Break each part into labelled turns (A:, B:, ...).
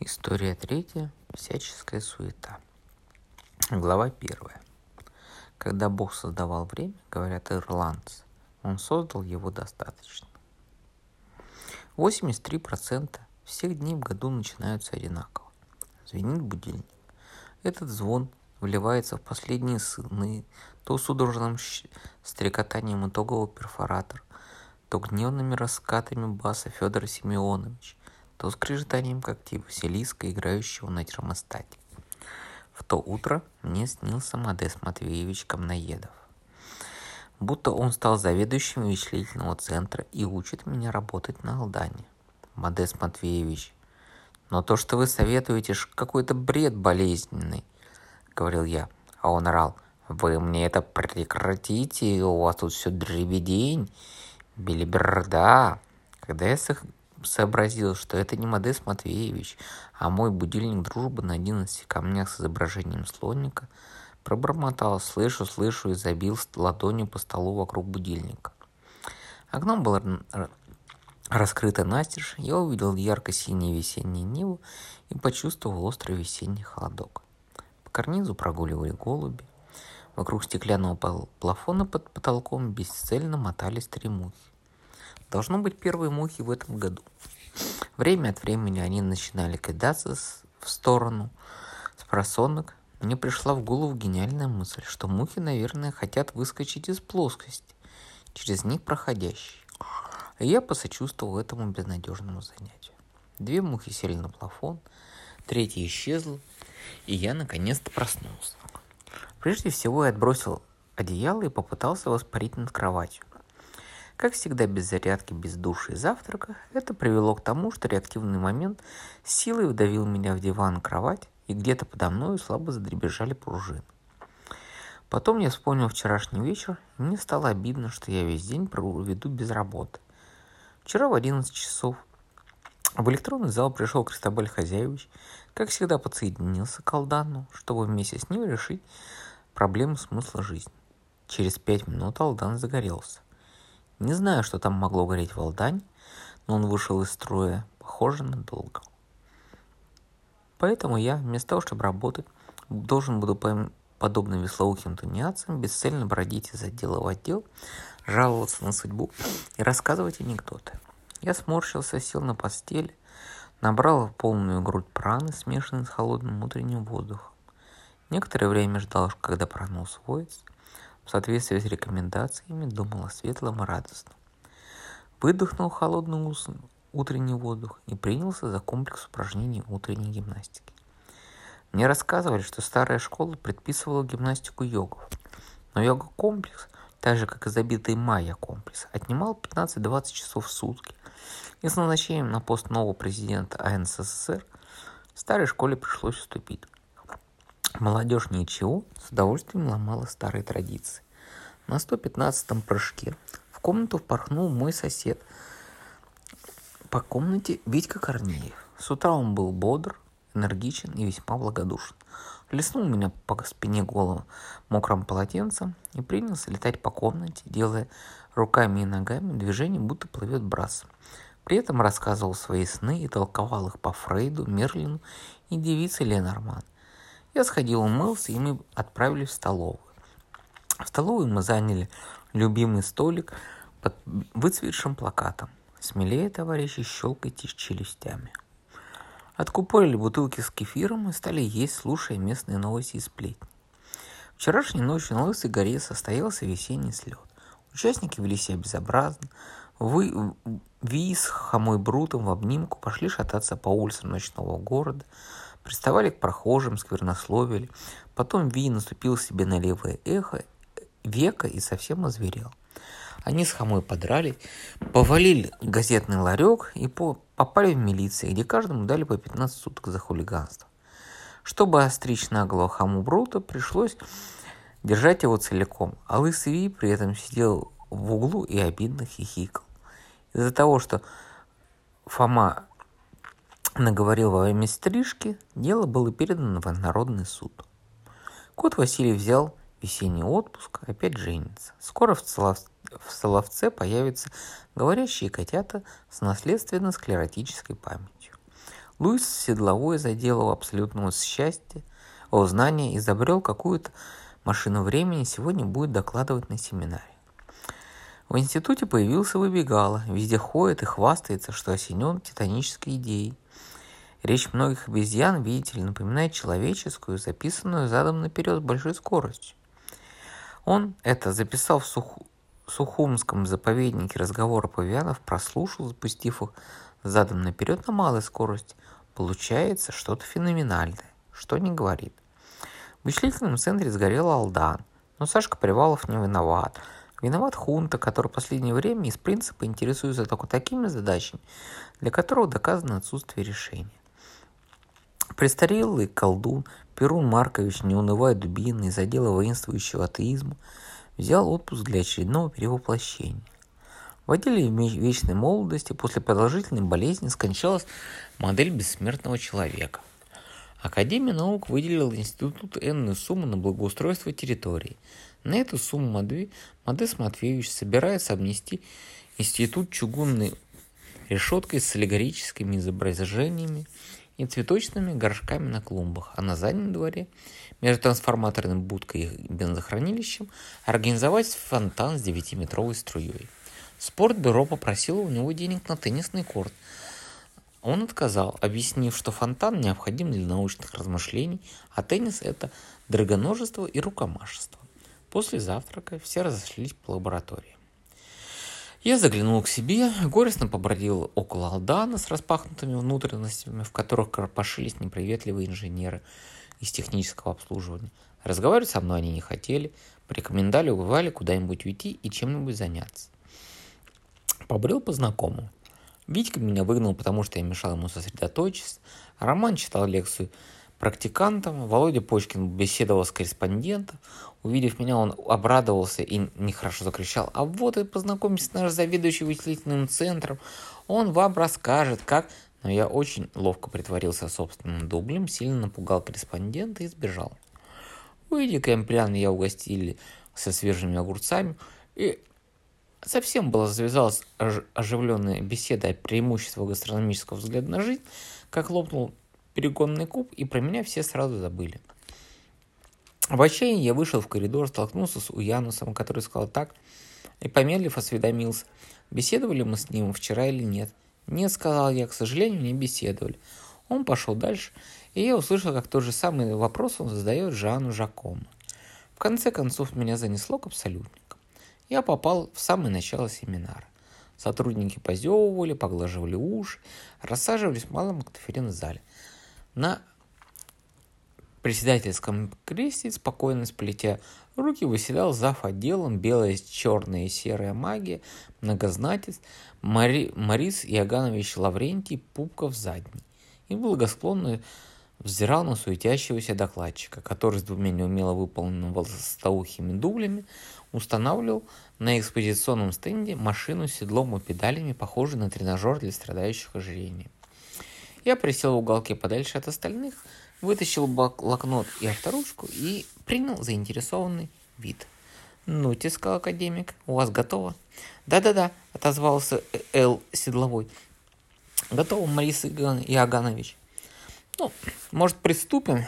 A: История третья. Всяческая суета. Глава первая. Когда Бог создавал время, говорят ирландцы, Он создал его достаточно. 83% всех дней в году начинаются одинаково. Звенит будильник. Этот звон вливается в последние сны, то судорожным стрекотанием итогового перфоратора, то гневными раскатами баса Федора Симеоновича, то скрежетанием когтей Василиска, играющего на термостате. В то утро мне снился Модест Матвеевич Камноедов. Будто он стал заведующим вычислительного центра и учит меня работать на Алдане. Модест Матвеевич: «Но то, что вы советуете, какой-то бред болезненный», — говорил я. А он орал: «Вы мне это прекратите, у вас тут все дребедень, белиберда». Когда я сообразил, что это не Модест Матвеевич, а мой будильник дружбы на 11 камнях с изображением слоника, пробормотал: «Слышу», и забил ладонью по столу вокруг будильника. Окно было раскрыто настежь, я увидел ярко-синее весеннее небо и почувствовал острый весенний холодок. По карнизу прогуливали голуби, вокруг стеклянного плафона под потолком бесцельно мотались 3 мухи. Должно быть, первые мухи в этом году. Время от времени они начинали кидаться в сторону спросонок. Мне пришла в голову гениальная мысль, что мухи, наверное, хотят выскочить из плоскости, через них проходящей. И я посочувствовал этому безнадежному занятию. 2 мухи сели на плафон, 3-я исчезла, и я наконец-то проснулся. Прежде всего я отбросил одеяло и попытался воспарить над кроватью. Как всегда, без зарядки, без душа и завтрака, это привело к тому, что реактивный момент с силой вдавил меня в диван, кровать, и где-то подо мной слабо задребезжали пружины. Потом я вспомнил вчерашний вечер, и мне стало обидно, что я весь день проведу без работы. Вчера в 11 часов в электронный зал пришел Кристобаль Хозяевич, как всегда подсоединился к Алдану, чтобы вместе с ним решить проблему смысла жизни. Через 5 минут Алдан загорелся. Не знаю, что там могло гореть в Алдане, но он вышел из строя, похоже, надолго. Поэтому я, вместо того, чтобы работать, должен буду, подобно веслоухим тунеядцам, бесцельно бродить из отдела в отдел, жаловаться на судьбу и рассказывать анекдоты. Я сморщился, сел на постели, набрал полную грудь праны, смешанной с холодным утренним воздухом. Некоторое время ждал, когда прана усвоится. В соответствии с рекомендациями думал о светлом и радостном. Выдохнул холодный утренний воздух и принялся за комплекс упражнений утренней гимнастики. Мне рассказывали, что старая школа предписывала гимнастику йогов, но йога-комплекс, так же как и забитый майя-комплекс, отнимал 15-20 часов в сутки, и с назначением на пост нового президента АНССР старой школе пришлось уступить. Молодежь ничего, с удовольствием ломала старые традиции. На 115-м прыжке в комнату впорхнул мой сосед по комнате Витька Корнеев. С утра он был бодр, энергичен и весьма благодушен. Леснул меня по спине голым мокрым полотенцем и принялся летать по комнате, делая руками и ногами движения, будто плывет брас. При этом рассказывал свои сны и толковал их по Фрейду, Мерлину и девице Ленорман. Я сходил, умылся, и мы отправились в столовую. В столовой мы заняли любимый столик под выцветшим плакатом: «Смелее, товарищи, щелкайте челюстями». Откупорили бутылки с кефиром и стали есть, слушая местные новости и сплетни. Вчерашней ночью на Лысой горе состоялся весенний слет. Участники вели себя безобразно. Ви с Хомой Брутом в обнимку пошли шататься по улицам ночного города, приставали к прохожим, сквернословили. Потом Ви наступил себе на левое эхо века и совсем озверел. Они с Хомой подрались, повалили газетный ларек и попали в милицию, где каждому дали по 15 суток за хулиганство. Чтобы остричь наглого Хому Брута, пришлось держать его целиком, а Лысый Ви при этом сидел в углу и обидно хихикал. Из-за того, что Фома наговорил во время стрижки, дело было передано в народный суд. Кот Василий взял весенний отпуск, опять женится. Скоро в Соловце появятся говорящие котята с наследственно-склеротической памятью. Луис Седловой заделал абсолютного счастья, знания, изобрел какую-то машину времени, сегодня будет докладывать на семинаре. В институте появился Выбегало, везде ходит и хвастается, что осенен титанической идеей. Речь многих обезьян, видите ли, напоминает человеческую, записанную задом наперед с большой скоростью. Он это записал в Сухумском заповеднике разговоры павианов, прослушал, запустив их задом наперед на малой скорости. Получается что-то феноменальное, что не говорит. В вычислительном центре сгорел Алдан, но Сашка Привалов не виноват. Виноват хунта, который в последнее время из принципа интересуется только такими задачами, для которых доказано отсутствие решения. Престарелый колдун Перун Маркович, не унывая дубиной из отдела воинствующего атеизма, взял отпуск для очередного перевоплощения. В отделе вечной молодости после продолжительной болезни скончалась модель бессмертного человека. Академия наук выделила институту энную сумму на благоустройство территории. На эту сумму Модест Матвеевич собирается обнести институт чугунной решеткой с аллегорическими изображениями и цветочными горшками на клумбах, а на заднем дворе, между трансформаторной будкой и бензохранилищем, организовать фонтан с 9-метровой струей. Спортбюро попросило у него денег на теннисный корт. Он отказал, объяснив, что фонтан необходим для научных размышлений, а теннис – это драгоножество и рукомашество. После завтрака все разошлись по лаборатории. Я заглянул к себе, горестно побродил около Алдана с распахнутыми внутренностями, в которых копошились неприветливые инженеры из технического обслуживания. Разговаривать со мной они не хотели, порекомендовали, убывали куда-нибудь уйти и чем-нибудь заняться. Побрел по знакомому. Витька меня выгнал, потому что я мешал ему сосредоточиться. Роман читал лекцию практикантам. Володя Почкин беседовал с корреспондентом. Увидев меня, он обрадовался и нехорошо закричал: «А вот и познакомься с наш заведующий вычислительным центром. Он вам расскажет, как...» Но я очень ловко притворился собственным дублем, сильно напугал корреспондента и сбежал. Выйдя к Эмпляну, я угостили со свежими огурцами, и совсем было завязалась оживленная беседа о преимуществах гастрономического взгляда на жизнь, как лопнул перегонный куб, и про меня все сразу забыли. В отчаянии я вышел в коридор, столкнулся с Уянусом, который сказал так, и, помедлив, осведомился, беседовали мы с ним вчера или нет. «Нет», — сказал я, — «к сожалению, не беседовали». Он пошел дальше, и я услышал, как тот же самый вопрос он задает Жану Жакомо. В конце концов, меня занесло к абсолютникам. Я попал в самое начало семинара. Сотрудники позевывали, поглаживали уши, рассаживались в малом конференц-зале. На председательском кресле, спокойно сплетя руки, выседал зав. Отделом, белая, черная и серая магия, многознатец Морис Иоганович Лаврентий Пупков задний, и благосклонно взирал на суетящегося докладчика, который с двумя неумело выполненными волостоухими дублями устанавливал на экспозиционном стенде машину с седлом и педалями, похожую на тренажер для страдающих ожирением. Я присел в уголке подальше от остальных, вытащил блокнот и авторучку и принял заинтересованный вид. «Ну-те», — сказал академик, — «у вас готово?» «Да-да-да», — отозвался Л. Седловой. «Готово, Морис Иоганович». «Ну, может, приступим?»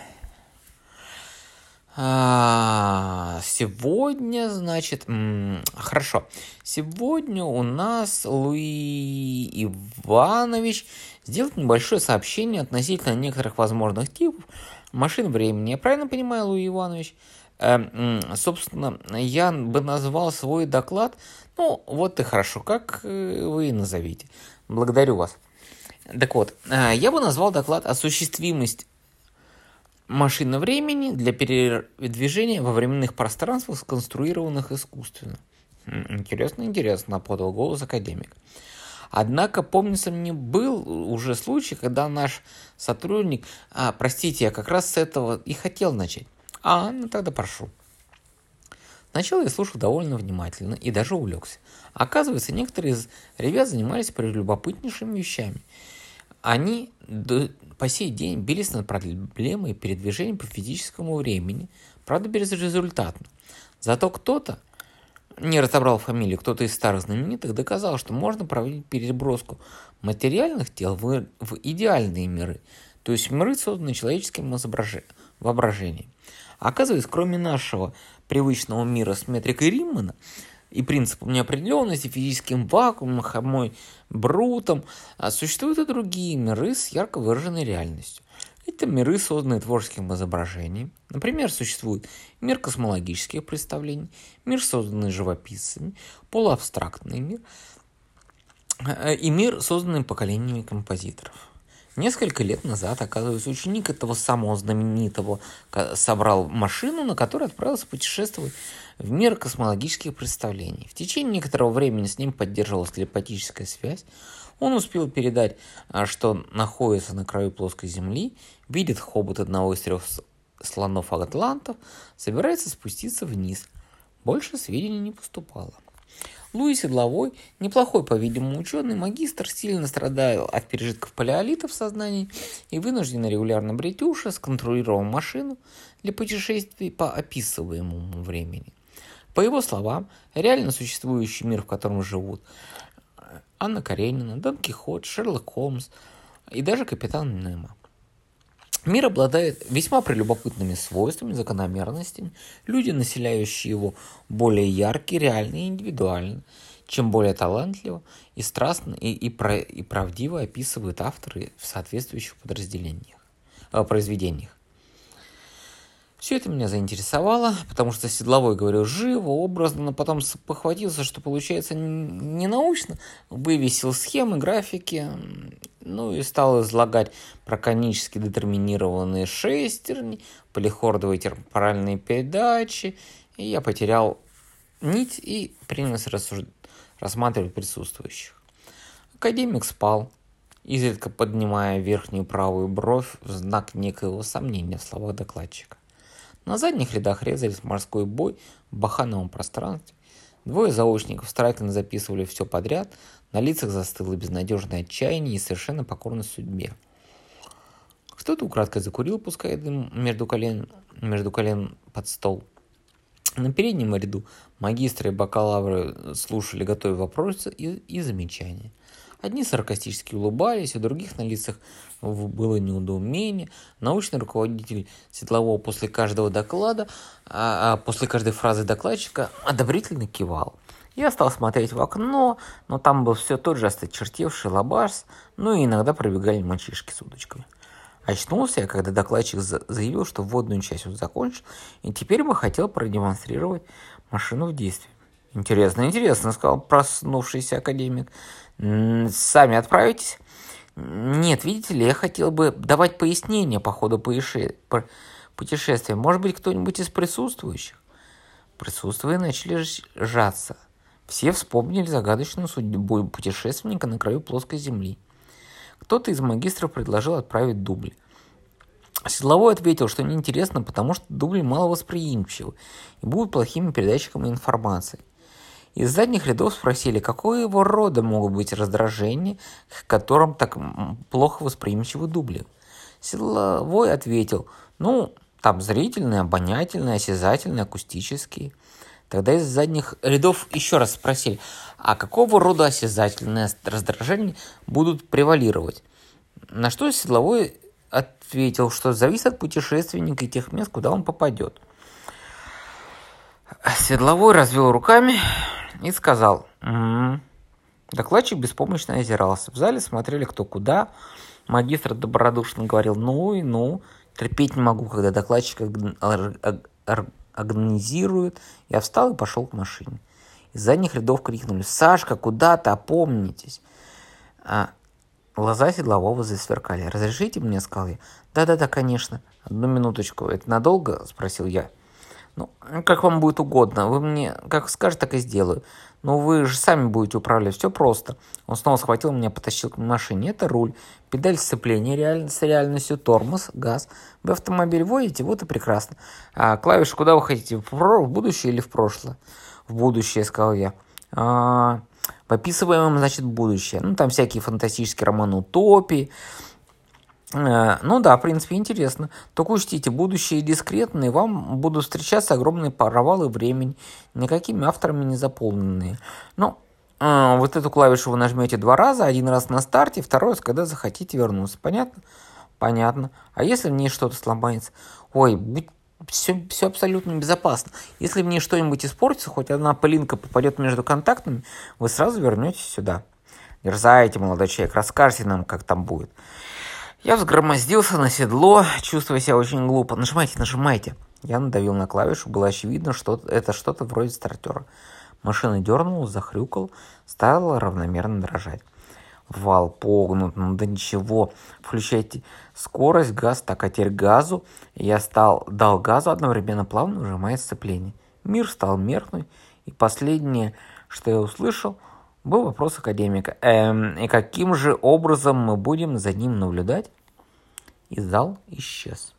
A: Сегодня, значит, хорошо. Сегодня у нас Луи Иванович сделает небольшое сообщение относительно некоторых возможных типов машин времени. Я правильно понимаю, Луи Иванович? Собственно, я бы назвал свой доклад, ну, вот и хорошо, как вы и назовите. Благодарю вас. Так вот, я бы назвал доклад «Осуществимость машины времени для передвижения во временных пространствах, сконструированных искусственно». Интересно, подал голос академик. Однако, помнится мне, был уже случай, когда наш сотрудник... простите, я как раз с этого и хотел начать. Ну тогда прошу. Сначала я слушал довольно внимательно и даже увлекся. Оказывается, некоторые из ребят занимались прелюбопытнейшими вещами. Они по сей день бились над проблемой передвижения по физическому времени, правда безрезультатно. Зато кто-то не разобрал фамилию, кто-то из старых знаменитых доказал, что можно проводить переброску материальных тел в идеальные миры, то есть в миры, созданные человеческим воображением. Оказывается, кроме нашего привычного мира с метрикой Риммана и принципом неопределенности, физическим вакуумом, хомой брутом, существуют и другие миры с ярко выраженной реальностью. Это миры, созданные творческим изображением. Например, существует мир космологических представлений, мир, созданный живописцами, полуабстрактный мир и мир, созданный поколениями композиторов. Несколько лет назад, оказывается, ученик этого самого знаменитого собрал машину, на которой отправился путешествовать в мир космологических представлений. В течение некоторого времени с ним поддерживалась телепатическая связь. Он успел передать, что находится на краю плоской Земли, видит хобот одного из 3 слонов-атлантов, собирается спуститься вниз. Больше сведений не поступало. Луи Седловой, неплохой, по-видимому, ученый, магистр, сильно страдал от пережитков палеолита в сознании и вынужденно регулярно бретюша сконструировал машину для путешествий по описываемому времени. По его словам, реально существующий мир, в котором живут Анна Каренина, Дон Кихот, Шерлок Холмс и даже капитан Немо. Мир обладает весьма прелюбопытными свойствами, закономерностями. Люди, населяющие его, более яркие, реальны и индивидуальны, чем более талантливо и страстно и правдиво описывают авторы в соответствующих произведениях. Все это меня заинтересовало, потому что Седловой говорил живо, образно, но потом похватился, что получается не научно, вывесил схемы, графики, и стал излагать про конически детерминированные шестерни, полихордовые темпоральные передачи, и я потерял нить и принялся рассматривать присутствующих. Академик спал, изредка поднимая верхнюю правую бровь в знак некоего сомнения в словах докладчика. На задних рядах резались морской бой в бахановом пространстве. 2 заочников старательно записывали все подряд, на лицах застыло безнадежное отчаяние и совершенно покорность судьбе. Кто-то украдкой закурил, пуская дым между колен под стол. На переднем ряду магистры и бакалавры слушали, готовя вопросы и замечания. Одни саркастически улыбались, у других на лицах было недоумение. Научный руководитель Седлового после каждого доклада, после каждой фразы докладчика одобрительно кивал. Я стал смотреть в окно, но там был все тот же осточертевший лабаз, и иногда пробегали мальчишки с удочками. Очнулся я, когда докладчик заявил, что вводную часть он закончил, и теперь бы хотел продемонстрировать машину в действии. «Интересно, сказал проснувшийся академик. «Сами отправитесь?» «Нет, видите ли, я хотел бы давать пояснения по ходу путешествия. Может быть, кто-нибудь из присутствующих?» Присутствующие начали сжаться. Все вспомнили загадочную судьбу путешественника на краю плоской земли. Кто-то из магистров предложил отправить дубли. Седловой ответил, что неинтересно, потому что дубли маловосприимчивы и будут плохими передатчиками информации. Из задних рядов спросили, какого его рода могут быть раздражения, к которым так плохо восприимчивы дубли. Седловой ответил, там зрительные, обонятельные, осязательные, акустические. Тогда из задних рядов еще раз спросили, а какого рода осязательные раздражения будут превалировать? На что Седловой ответил, что зависит от путешественника и тех мест, куда он попадет. Седловой развел руками и сказал, Докладчик беспомощно озирался. В зале смотрели кто куда. Магистр добродушно говорил, терпеть не могу, когда докладчик агонизирует. Я встал и пошел к машине. Из задних рядов крикнули, Сашка, куда ты, опомнитесь. Глаза Седлового засверкали. «Разрешите мне?» — сказал я. «Да, конечно. Одну минуточку. Это надолго?» — спросил я. Как вам будет угодно. Вы мне как скажете, так и сделаю. Но вы же сами будете управлять. Все просто». Он снова схватил меня, потащил к машине. Это руль, педаль сцепления с реальностью, тормоз, газ. Вы автомобиль водите, вот и прекрасно. А клавиши куда вы хотите? В будущее или в прошлое? В будущее, сказал я. В описываемом, значит, будущее. Там всякие фантастические романы утопии. Ну да, в принципе, интересно. Только учтите, будущее дискретное, вам будут встречаться огромные провалы времени, никакими авторами не заполненные. Ну, вот эту клавишу вы нажмете 2 раза, один раз на старте, второй раз, когда захотите вернуться. Понятно? Понятно. А если в ней что-то сломается? Ой, все абсолютно безопасно. Если в ней что-нибудь испортится, хоть одна пылинка попадет между контактами, вы сразу вернетесь сюда. Дерзайте, молодой человек, расскажите нам, как там будет. Я взгромоздился на седло, чувствуя себя очень глупо. Нажимайте, нажимайте. Я надавил на клавишу, было очевидно, что это что-то вроде стартера. Машина дернулась, захрюкал, стала равномерно дрожать. Вал погнут, ну да ничего. Включайте скорость, газ, так, а теперь газу. Я дал газу, одновременно плавно ужимая сцепление. Мир стал меркнуть, и последнее, что я услышал, был вопрос академика. И каким же образом мы будем за ним наблюдать? И зал исчез.